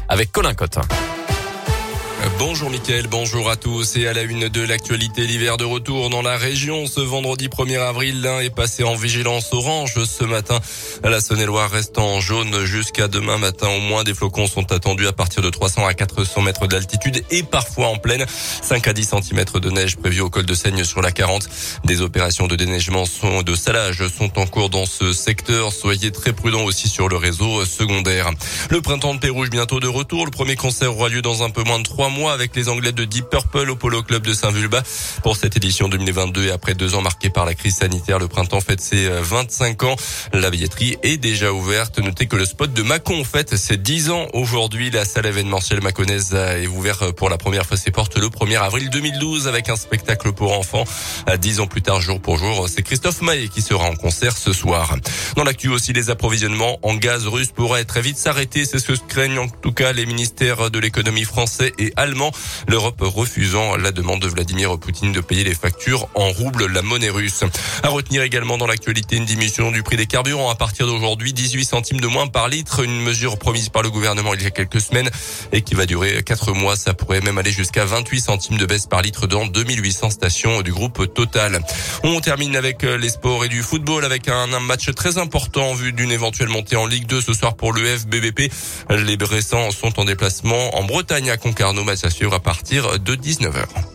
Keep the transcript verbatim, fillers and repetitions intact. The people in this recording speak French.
avec Colin Cotte. Bonjour Mickaël, bonjour à tous et à la une de l'actualité, l'hiver de retour dans la région. Ce vendredi premier avril, l'Ain est passé en vigilance orange ce matin. La Saône-et-Loire reste en jaune jusqu'à demain matin. Au moins, des flocons sont attendus à partir de trois cents à quatre cents mètres d'altitude et parfois en plaine. cinq à dix centimètres de neige prévus au col de Seigne sur la quarante. Des opérations de déneigement sont, de salage sont en cours dans ce secteur. Soyez très prudents aussi sur le réseau secondaire. Le printemps de Pérouge bientôt de retour. Le premier concert aura lieu dans un peu moins de trois mois avec les Anglais de Deep Purple au Polo Club de Saint-Vulbas. Pour cette édition deux mille vingt-deux et après deux ans marqués par la crise sanitaire, le printemps fête ses vingt-cinq ans. La billetterie est déjà ouverte. Notez que le spot de Mâcon fête ses dix ans aujourd'hui. La salle événementielle mâconnaise est ouverte pour la première fois ses portes le premier avril deux mille douze avec un spectacle pour enfants. Dix ans plus tard, jour pour jour, c'est Christophe Maé qui sera en concert ce soir. Dans l'actu aussi, les approvisionnements en gaz russe pourraient très vite s'arrêter. C'est ce que craignent en tout cas les ministères de l'économie français et allemand. L'Europe refusant la demande de Vladimir Poutine de payer les factures en rouble, la monnaie russe. À retenir également dans l'actualité une diminution du prix des carburants à partir d'aujourd'hui, dix-huit centimes de moins par litre, une mesure promise par le gouvernement il y a quelques semaines et qui va durer quatre mois. Ça pourrait même aller jusqu'à vingt-huit centimes de baisse par litre dans deux mille huit cents stations du groupe Total. On termine avec les sports et du football avec un, un match très important en vue d'une éventuelle montée en Ligue deux ce soir pour l'E F B B P. Les Bressans sont en déplacement en Bretagne à Concarneau. Match à suivre à partir de dix-neuf heures.